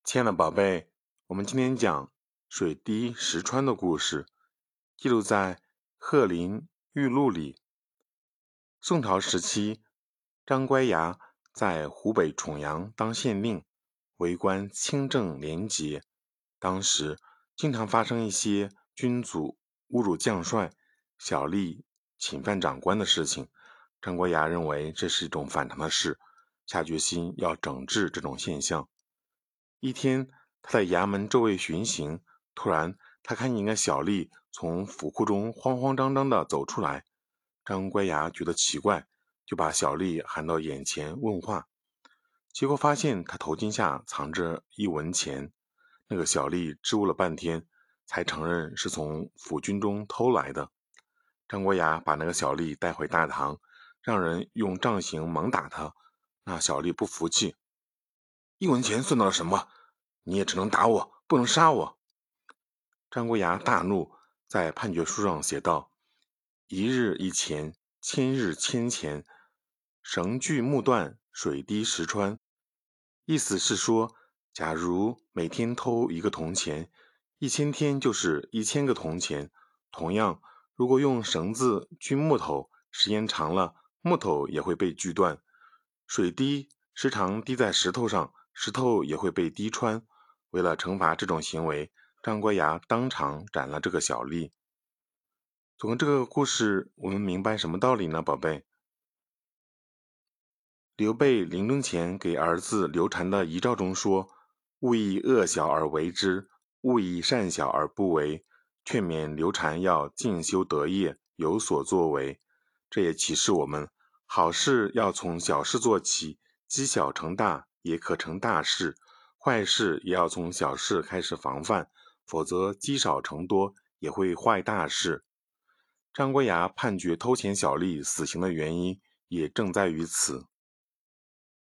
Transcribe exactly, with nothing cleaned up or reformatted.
亲爱的宝贝，我们今天讲水滴石穿的故事，记录在《鹤林玉录》里。宋朝时期，张乖崖在湖北重阳当县令，为官清正廉洁。当时经常发生一些君主侮辱将帅、小吏侵犯长官的事情。张乖崖认为这是一种反常的事，下决心要整治这种现象。一天，他在衙门周围巡行，突然他看见一个小吏从府库中慌慌张张地走出来。张乖崖觉得奇怪，就把小吏喊到眼前问话，结果发现他头巾下藏着一文钱。那个小吏支吾了半天，才承认是从府军中偷来的。张乖崖把那个小吏带回大堂，让人用杖刑猛打他。那小吏不服气，一文钱算到了什么？你也只能打我，不能杀我。张乖崖大怒，在判决书上写道：一日一钱，千日千钱，绳锯木断，水滴石穿。意思是说，假如每天偷一个铜钱，一千天就是一千个铜钱。同样，如果用绳子锯木头，时间长了，木头也会被锯断。水滴时常滴在石头上，石头也会被滴穿。为了惩罚这种行为，张乖崖当场斩了这个小吏。从这个故事，我们明白什么道理呢，宝贝？刘备临终前给儿子刘禅的遗诏中说：勿以恶小而为之，勿以善小而不为，劝勉刘禅要进修德业，有所作为。这也启示我们，好事要从小事做起，积小成大也可成大事，坏事也要从小事开始防范，否则积少成多也会坏大事。张乖崖判决偷钱小吏死刑的原因也正在于此。